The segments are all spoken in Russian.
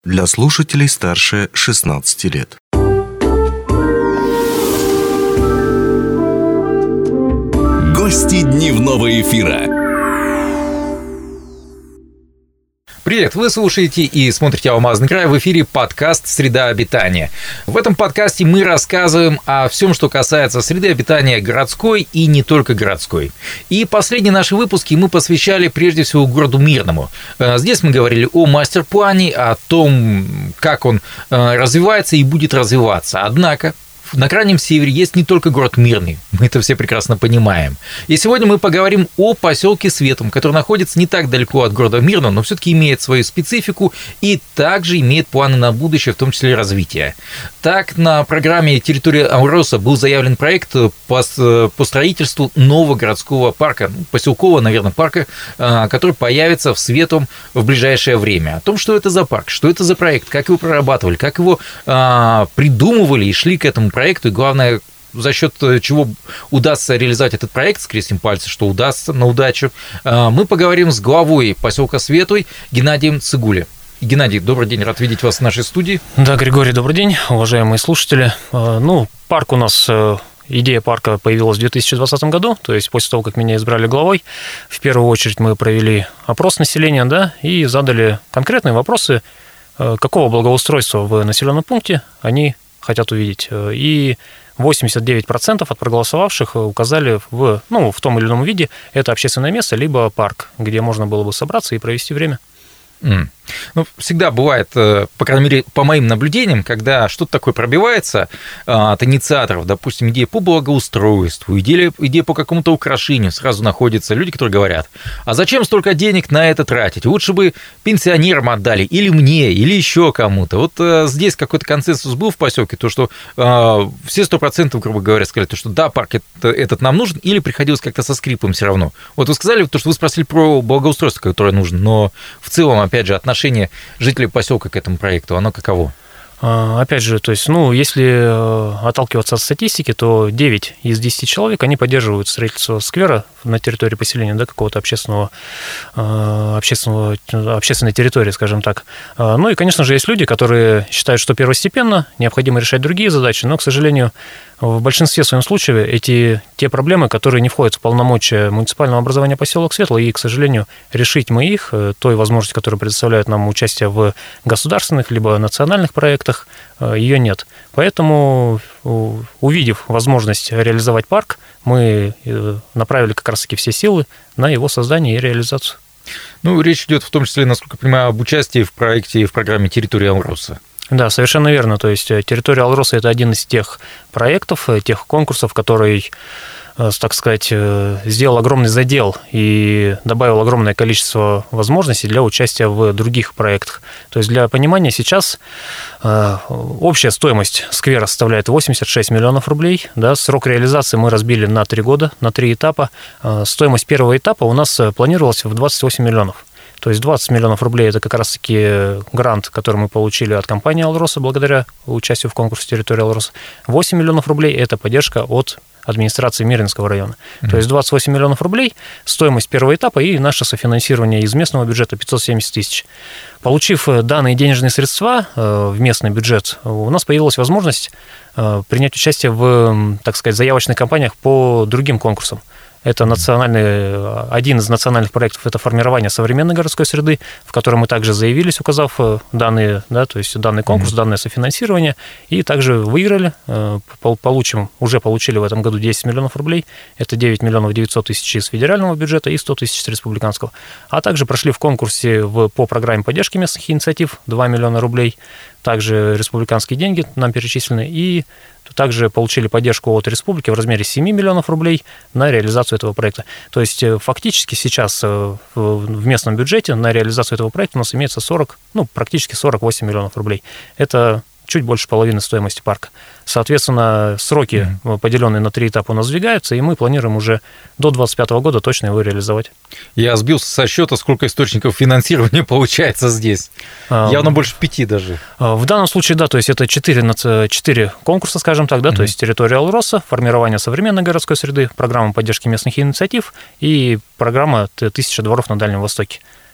Для слушателей старше 16 лет. Гости дневного эфира. Привет! Вы слушаете и смотрите «Алмазный край», в эфире подкаст «Среда обитания». В этом подкасте мы рассказываем о всем, что касается среды обитания городской и не только городской. И последние наши выпуски мы посвящали прежде всего городу Мирному. Здесь мы говорили о мастер-плане, о том, как он развивается и будет развиваться. Однако на Крайнем Севере есть не только город Мирный, мы это все прекрасно понимаем. И сегодня мы поговорим о поселке Светлом, который находится не так далеко от города Мирного, но все-таки имеет свою специфику и также имеет планы на будущее, в том числе развития. Так, на программе «Территория Алроса» был заявлен проект по строительству нового городского парка, поселкового, наверное, парка, который появится в Светлом в ближайшее время. О том, что это за парк, что это за проект, как его прорабатывали, как его придумывали и шли к этому проекту, и главное, за счет чего удастся реализовать этот проект, скрестим пальцы, что удастся на удачу, мы поговорим с главой поселка Светлый Геннадием Цигуле. Геннадий, добрый день, рад видеть вас в нашей студии. Да, Григорий, добрый день, уважаемые слушатели. Парк у нас... Идея парка появилась в 2020 году, то есть после того, как меня избрали главой. В первую очередь мы провели опрос населения, и задали конкретные вопросы, какого благоустройства в населенном пункте они хотят увидеть. И 89% от проголосовавших указали в том или ином виде это общественное место, либо парк, где можно было бы собраться и провести время. Всегда бывает, по крайней мере, по моим наблюдениям, когда что-то такое пробивается от инициаторов, допустим, идея по благоустройству, идея по какому-то украшению, сразу находятся люди, которые говорят: а зачем столько денег на это тратить? Лучше бы пенсионерам отдали, или мне, или еще кому-то. Вот здесь какой-то консенсус был в поселке, то, что все 100%, грубо говоря, сказали, то, что да, парк этот нам нужен, или приходилось как-то со скрипом все равно. Вот вы сказали, то, что вы спросили про благоустройство, которое нужно, но в целом, опять же, отношение жителей поселка к этому проекту, оно каково? Опять же, то есть, если отталкиваться от статистики, то 9 из 10 человек, они поддерживают строительство сквера на территории поселения, какого-то общественной территории, скажем так. И, конечно же, есть люди, которые считают, что первостепенно необходимо решать другие задачи, но, к сожалению, в большинстве своем случаев те проблемы, которые не входят в полномочия муниципального образования поселок Светлый, и, к сожалению, решить мы их, той возможности, которая предоставляет нам участие в государственных либо национальных проектах, ее нет. Поэтому, увидев возможность реализовать парк, мы направили как раз-таки все силы на его создание и реализацию. Речь идет в том числе, насколько я понимаю, об участии в проекте и в программе «Территория Алроса». Да, совершенно верно. То есть территория Алроса – это один из тех проектов, тех конкурсов, который, так сказать, сделал огромный задел и добавил огромное количество возможностей для участия в других проектах. То есть для понимания, сейчас общая стоимость сквера составляет 86 миллионов рублей. Срок реализации мы разбили на 3 года, на 3 этапа. Стоимость первого этапа у нас планировалась в 28 миллионов. То есть 20 миллионов рублей – это как раз-таки грант, который мы получили от компании «Алроса» благодаря участию в конкурсе «Территория Алроса». 8 миллионов рублей – это поддержка от администрации Мирнинского района. То есть 28 миллионов рублей – стоимость первого этапа и наше софинансирование из местного бюджета 570 тысяч. Получив данные денежные средства в местный бюджет, у нас появилась возможность принять участие в, так сказать, заявочных кампаниях по другим конкурсам. Это один из национальных проектов – это формирование современной городской среды, в котором мы также заявились, указав данные, то есть данный конкурс, данное софинансирование, и также выиграли, уже получили в этом году 10 миллионов рублей, это 9 миллионов 900 тысяч из федерального бюджета и 100 тысяч из республиканского. А также прошли в конкурсе по программе поддержки местных инициатив 2 миллиона рублей, также республиканские деньги нам перечислены, и также получили поддержку от республики в размере 7 миллионов рублей на реализацию этого проекта. То есть фактически сейчас в местном бюджете на реализацию этого проекта у нас имеется практически 48 миллионов рублей. Это чуть больше половины стоимости парка. Соответственно, сроки, поделенные на 3 этапа, у нас сдвигаются, и мы планируем уже до 2025 года точно его реализовать. Я сбился со счета, сколько источников финансирования получается здесь. Явно больше 5 даже. В данном случае, да, то есть это 4 конкурса, скажем так, то есть территория Алроса, формирование современной городской среды, программа поддержки местных инициатив и программа «1000 дворов на Дальнем Востоке».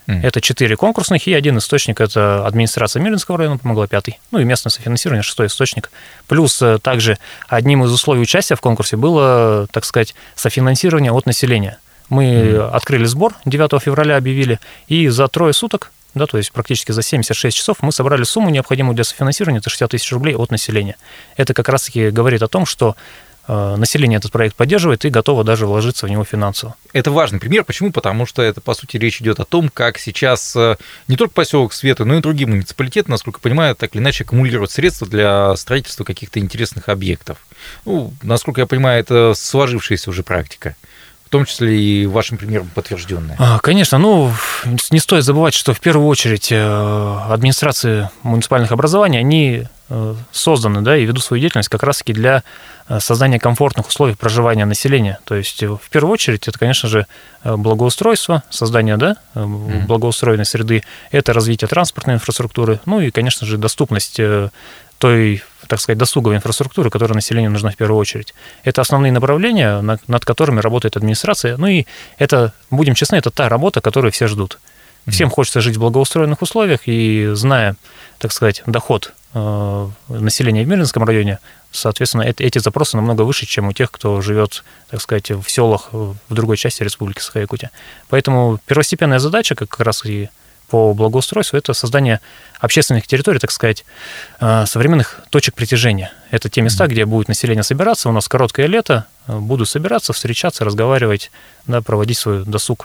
Это 4 конкурсных, и один источник – это администрация Мирнинского района помогла, 5-й, ну и местное софинансирование, 6-й источник. Плюс также одним из условий участия в конкурсе было, так сказать, софинансирование от населения. Мы открыли сбор, 9 февраля объявили, и за 3 суток, да, то есть практически за 76 часов мы собрали сумму, необходимую для софинансирования, это 60 тысяч рублей от населения. Это как раз-таки говорит о том, что население этот проект поддерживает и готово даже вложиться в него финансово. Это важный пример. Почему? Потому что это, по сути, речь идет о том, как сейчас не только поселок Света, но и другие муниципалитеты, насколько я понимаю, так или иначе аккумулируют средства для строительства каких-то интересных объектов. Ну, насколько я понимаю, это сложившаяся уже практика, в том числе и вашим примером подтвержденная. Конечно, не стоит забывать, что в первую очередь администрации муниципальных образований, они созданы, да, и ведут свою деятельность как раз-таки для создания комфортных условий проживания населения. То есть, в первую очередь, это, конечно же, благоустройство, создание, да, благоустроенной среды, это развитие транспортной инфраструктуры, ну и, конечно же, доступность той, так сказать, досуговой инфраструктуры, которая населению нужна в первую очередь. Это основные направления, над которыми работает администрация. Ну и это, будем честны, это та работа, которую все ждут. Всем хочется жить в благоустроенных условиях, и зная, так сказать, доход населения в Мирнинском районе, соответственно, эти запросы намного выше, чем у тех, кто живет, так сказать, в селах в другой части Республики Саха-Якутия. Поэтому первостепенная задача, как раз и по благоустройству, это создание общественных территорий, так сказать, современных точек притяжения. Это те места, где будет население собираться, у нас короткое лето, будут собираться, встречаться, разговаривать, да, проводить свой досуг.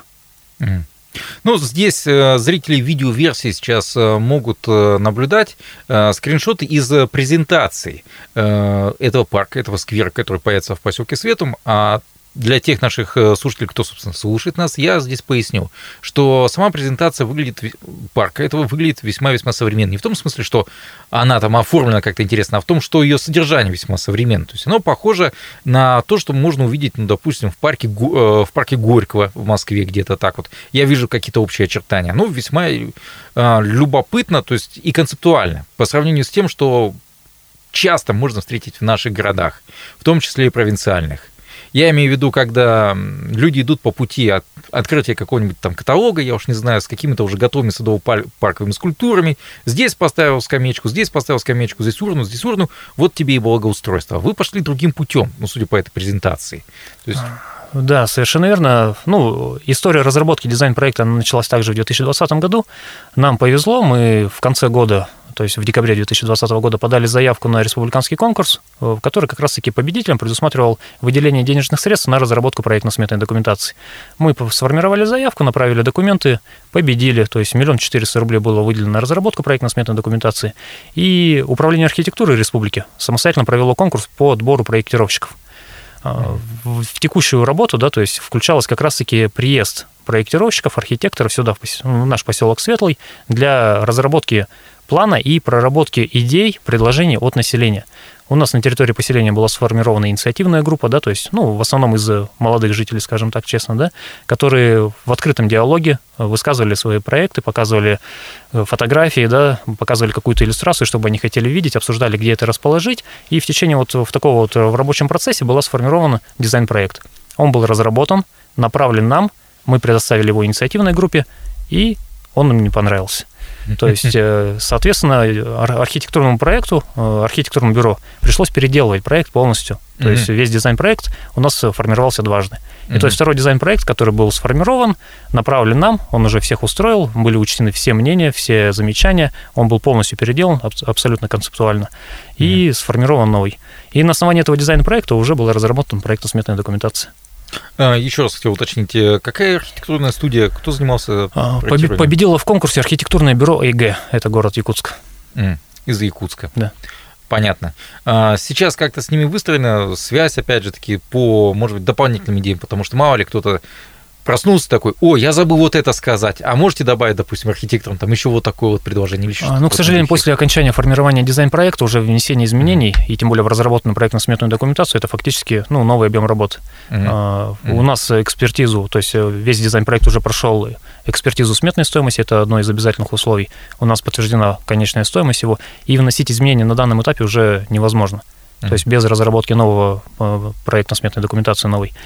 Ну, здесь зрители видеоверсии сейчас могут наблюдать скриншоты из презентации этого парка, этого сквера, который появится в поселке Светум. А для тех наших слушателей, кто, собственно, слушает нас, я здесь поясню, что сама презентация парка этого выглядит весьма-весьма современно. Не в том смысле, что она там оформлена как-то интересно, а в том, что ее содержание весьма современно. То есть оно похоже на то, что можно увидеть, ну, допустим, в парке Горького в Москве где-то так вот. Я вижу какие-то общие очертания. Ну, весьма любопытно, то есть и концептуально, по сравнению с тем, что часто можно встретить в наших городах, в том числе и провинциальных. Я имею в виду, когда люди идут по пути от открытия какого-нибудь там каталога, я уж не знаю, с какими-то уже готовыми садово-парковыми скульптурами. Здесь поставил скамеечку, здесь урну, вот тебе и благоустройство. Вы пошли другим путем, ну, судя по этой презентации. То есть... Да, совершенно верно. Ну, история разработки дизайн-проекта началась также в 2020 году. Нам повезло, мы в конце года, то есть в декабре 2020 года подали заявку на республиканский конкурс, в который как раз-таки победителем предусматривал выделение денежных средств на разработку проектно-сметной документации. Мы сформировали заявку, направили документы, победили, то есть 1 400 000 рублей было выделено на разработку проектно-сметной документации, и Управление архитектуры республики самостоятельно провело конкурс по отбору проектировщиков. В текущую работу, да, то есть включалось как раз-таки приезд проектировщиков, архитекторов сюда, в наш поселок Светлый, для разработки плана и проработки идей, предложений от населения. У нас на территории поселения была сформирована инициативная группа, да, то есть, ну, в основном из молодых жителей, скажем так честно, да, которые в открытом диалоге высказывали свои проекты, показывали фотографии, да, показывали какую-то иллюстрацию, чтобы они хотели видеть, обсуждали, где это расположить, и в течение вот в такого вот в рабочем процессе был сформирован дизайн-проект. Он был разработан, направлен нам, мы предоставили его инициативной группе, и он им не понравился. То есть, соответственно, архитектурному проекту, архитектурному бюро пришлось переделывать проект полностью. То есть весь дизайн-проект у нас формировался дважды. И то есть второй дизайн-проект, который был сформирован, направлен нам, он уже всех устроил, были учтены все мнения, все замечания, он был полностью переделан абсолютно концептуально и сформирован новый. И на основании этого дизайн-проекта уже была разработана проектно-сметная документация. Еще раз хотел уточнить, какая архитектурная студия, кто занимался проектированием? Победила в конкурсе архитектурное бюро ЭГ, это город Якутск. Из Якутска. Да. Понятно. Сейчас как-то с ними выстроена связь, опять же таки, по, может быть, дополнительным идеям, потому что мало ли кто-то проснулся такой: о, я забыл вот это сказать, а можете добавить, допустим, архитекторам там еще вот такое вот предложение? Или еще к сожалению, после окончания формирования дизайн-проекта уже внесение изменений, и тем более в разработанную проектно-сметную документацию, это фактически, ну, новый объем работы. У нас экспертизу, то есть весь дизайн-проект уже прошел экспертизу сметной стоимости, это одно из обязательных условий. У нас подтверждена конечная стоимость его, и вносить изменения на данном этапе уже невозможно. То есть без разработки нового проектно-сметной документации новой.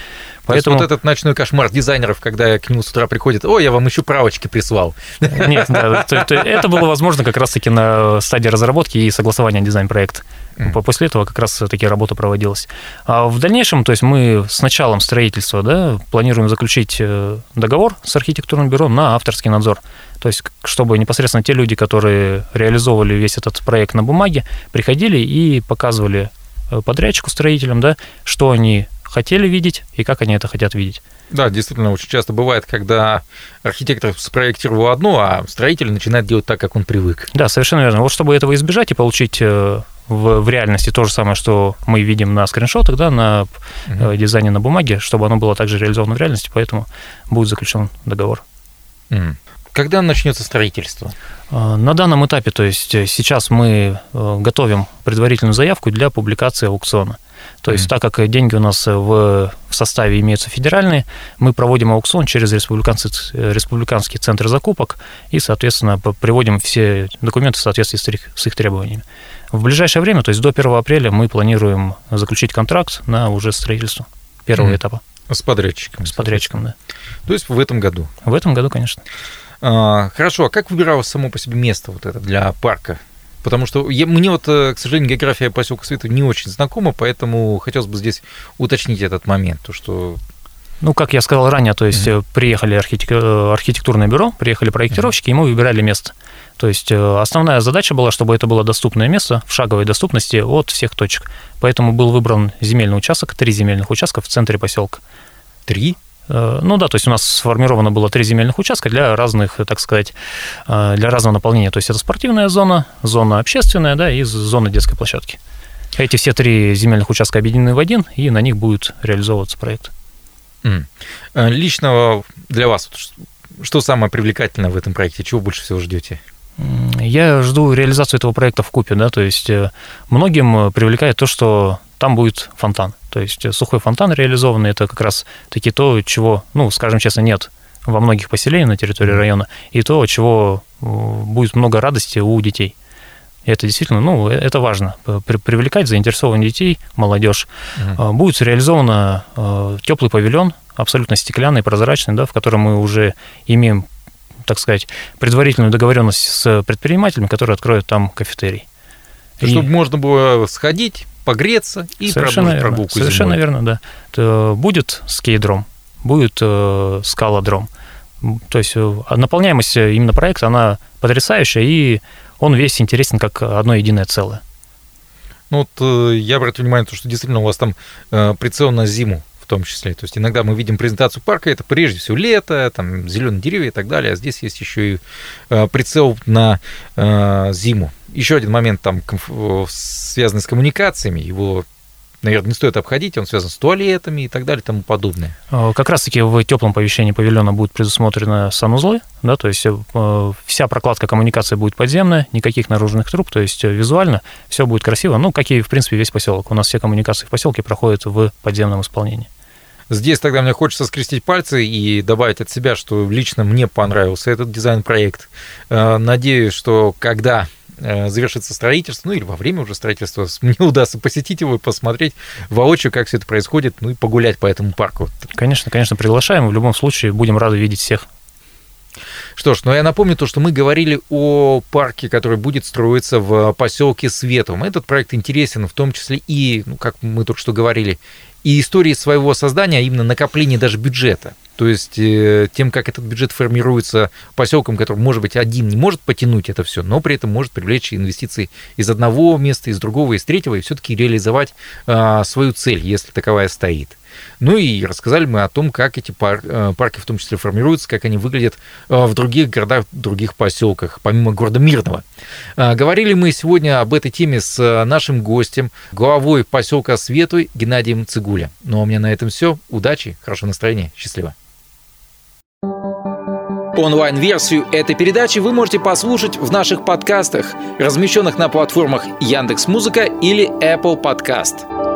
Поэтому... вот этот ночной кошмар дизайнеров, когда к нему с утра приходит: «Ой, я вам еще правочки прислал». Нет, да, это было возможно как раз-таки на стадии разработки и согласования дизайн-проекта. После этого как раз-таки работа проводилась. А в дальнейшем, то есть мы с началом строительства, да, планируем заключить договор с архитектурным бюро на авторский надзор. То есть чтобы непосредственно те люди, которые реализовывали весь этот проект на бумаге, приходили и показывали подрядчику, строителям, да, что они хотели видеть и как они это хотят видеть. Да, действительно, очень часто бывает, когда архитектор спроектировал одно, а строитель начинает делать так, как он привык. Да, совершенно верно. Вот чтобы этого избежать и получить в реальности то же самое, что мы видим на скриншотах, да, на дизайне на бумаге, чтобы оно было также реализовано в реальности, поэтому будет заключен договор. Когда начнется строительство? На данном этапе, то есть сейчас мы готовим предварительную заявку для публикации аукциона. То есть, так как деньги у нас в составе имеются федеральные, мы проводим аукцион через республиканский центр закупок и, соответственно, приводим все документы в соответствии с их требованиями. В ближайшее время, то есть до 1 апреля, мы планируем заключить контракт на уже строительство первого этапа. С подрядчиком? С подрядчиком, да. То есть в этом году? В этом году, конечно. Хорошо, а как выбиралось само по себе место вот это для парка? Потому что мне вот, к сожалению, география поселка Светлый не очень знакома, поэтому хотелось бы здесь уточнить этот момент, то что... Ну, как я сказал ранее, то есть приехали архитектурное бюро, приехали проектировщики, и мы выбирали место. То есть основная задача была, чтобы это было доступное место в шаговой доступности от всех точек. Поэтому был выбран земельный участок, 3 земельных участка в центре поселка. 3? Ну да, то есть у нас сформировано было 3 земельных участка для разных, так сказать, для разного наполнения. То есть это спортивная зона, зона общественная, да, и зона детской площадки. Эти все 3 земельных участка объединены в один, и на них будет реализовываться проект. Лично для вас, что самое привлекательное в этом проекте? Чего больше всего ждете? Я жду реализацию этого проекта вкупе, да, то есть многим привлекает то, что там будет фонтан. То есть сухой фонтан реализованный, это как раз таки то, чего, ну, скажем честно, нет во многих поселениях на территории района, и то, чего будет много радости у детей. И это действительно, ну, это важно, привлекать заинтересованных детей, молодежь. Будет реализован теплый павильон, абсолютно стеклянный, прозрачный, да, в котором мы уже имеем, так сказать, предварительную договоренность с предпринимателями, которые откроют там кафетерий. Чтобы можно было сходить, погреться и продолжить прогулку зимой. Совершенно верно, да. Будет скейт-дром, будет скалодром. То есть наполняемость именно проекта, она потрясающая, и он весь интересен как одно единое целое. Ну вот я обратил внимание, что действительно у вас там прицел на зиму в том числе. То есть иногда мы видим презентацию парка, это прежде всего лето, там зеленые деревья и так далее, а здесь есть еще и прицел на зиму. Еще один момент там связанный с коммуникациями, его, наверное, не стоит обходить, он связан с туалетами и так далее и тому подобное. Как раз-таки в теплом помещении павильона будет предусмотрены санузлы, да, то есть вся прокладка коммуникации будет подземная, никаких наружных труб, то есть визуально все будет красиво, ну, как и, в принципе, весь поселок. У нас все коммуникации в поселке проходят в подземном исполнении. Здесь тогда мне хочется скрестить пальцы и добавить от себя, что лично мне понравился этот дизайн-проект. Надеюсь, что когда завершится строительство, ну или во время уже строительства, мне удастся посетить его и посмотреть воочию, как все это происходит, ну и погулять по этому парку. Конечно, приглашаем, в любом случае будем рады видеть всех. Что ж, ну я напомню то, что мы говорили о парке, который будет строиться в поселке Светлом. Этот проект интересен в том числе и, ну, как мы только что говорили, и истории своего создания, а именно накопление даже бюджета. То есть тем, как этот бюджет формируется поселком, который, может быть, один не может потянуть это все, но при этом может привлечь инвестиции из одного места, из другого, из третьего, и все-таки реализовать свою цель, если таковая стоит. Ну и рассказали мы о том, как эти парки в том числе формируются, как они выглядят в других городах, в других поселках, помимо города Мирного. Говорили мы сегодня об этой теме с нашим гостем, главой поселка Светлый Геннадием Цигуля. Ну а у меня на этом все. Удачи, хорошего настроения, счастливо. Онлайн-версию этой передачи вы можете послушать в наших подкастах, размещенных на платформах Яндекс.Музыка или Apple Podcast.